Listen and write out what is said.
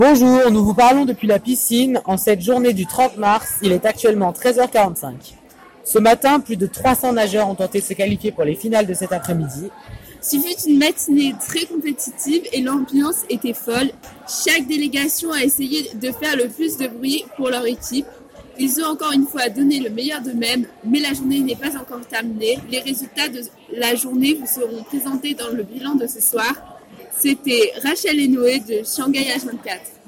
Bonjour, nous vous parlons depuis la piscine. En cette journée du 30 mars, il est actuellement 13h45. Ce matin, plus de 300 nageurs ont tenté de se qualifier pour les finales de cet après-midi. Ce fut une matinée très compétitive et l'ambiance était folle. Chaque délégation a essayé de faire le plus de bruit pour leur équipe. Ils ont encore une fois donné le meilleur d'eux-mêmes, mais la journée n'est pas encore terminée. Les résultats de la journée vous seront présentés dans le bilan de ce soir. C'était Rachel et Noé de Shanghai H24.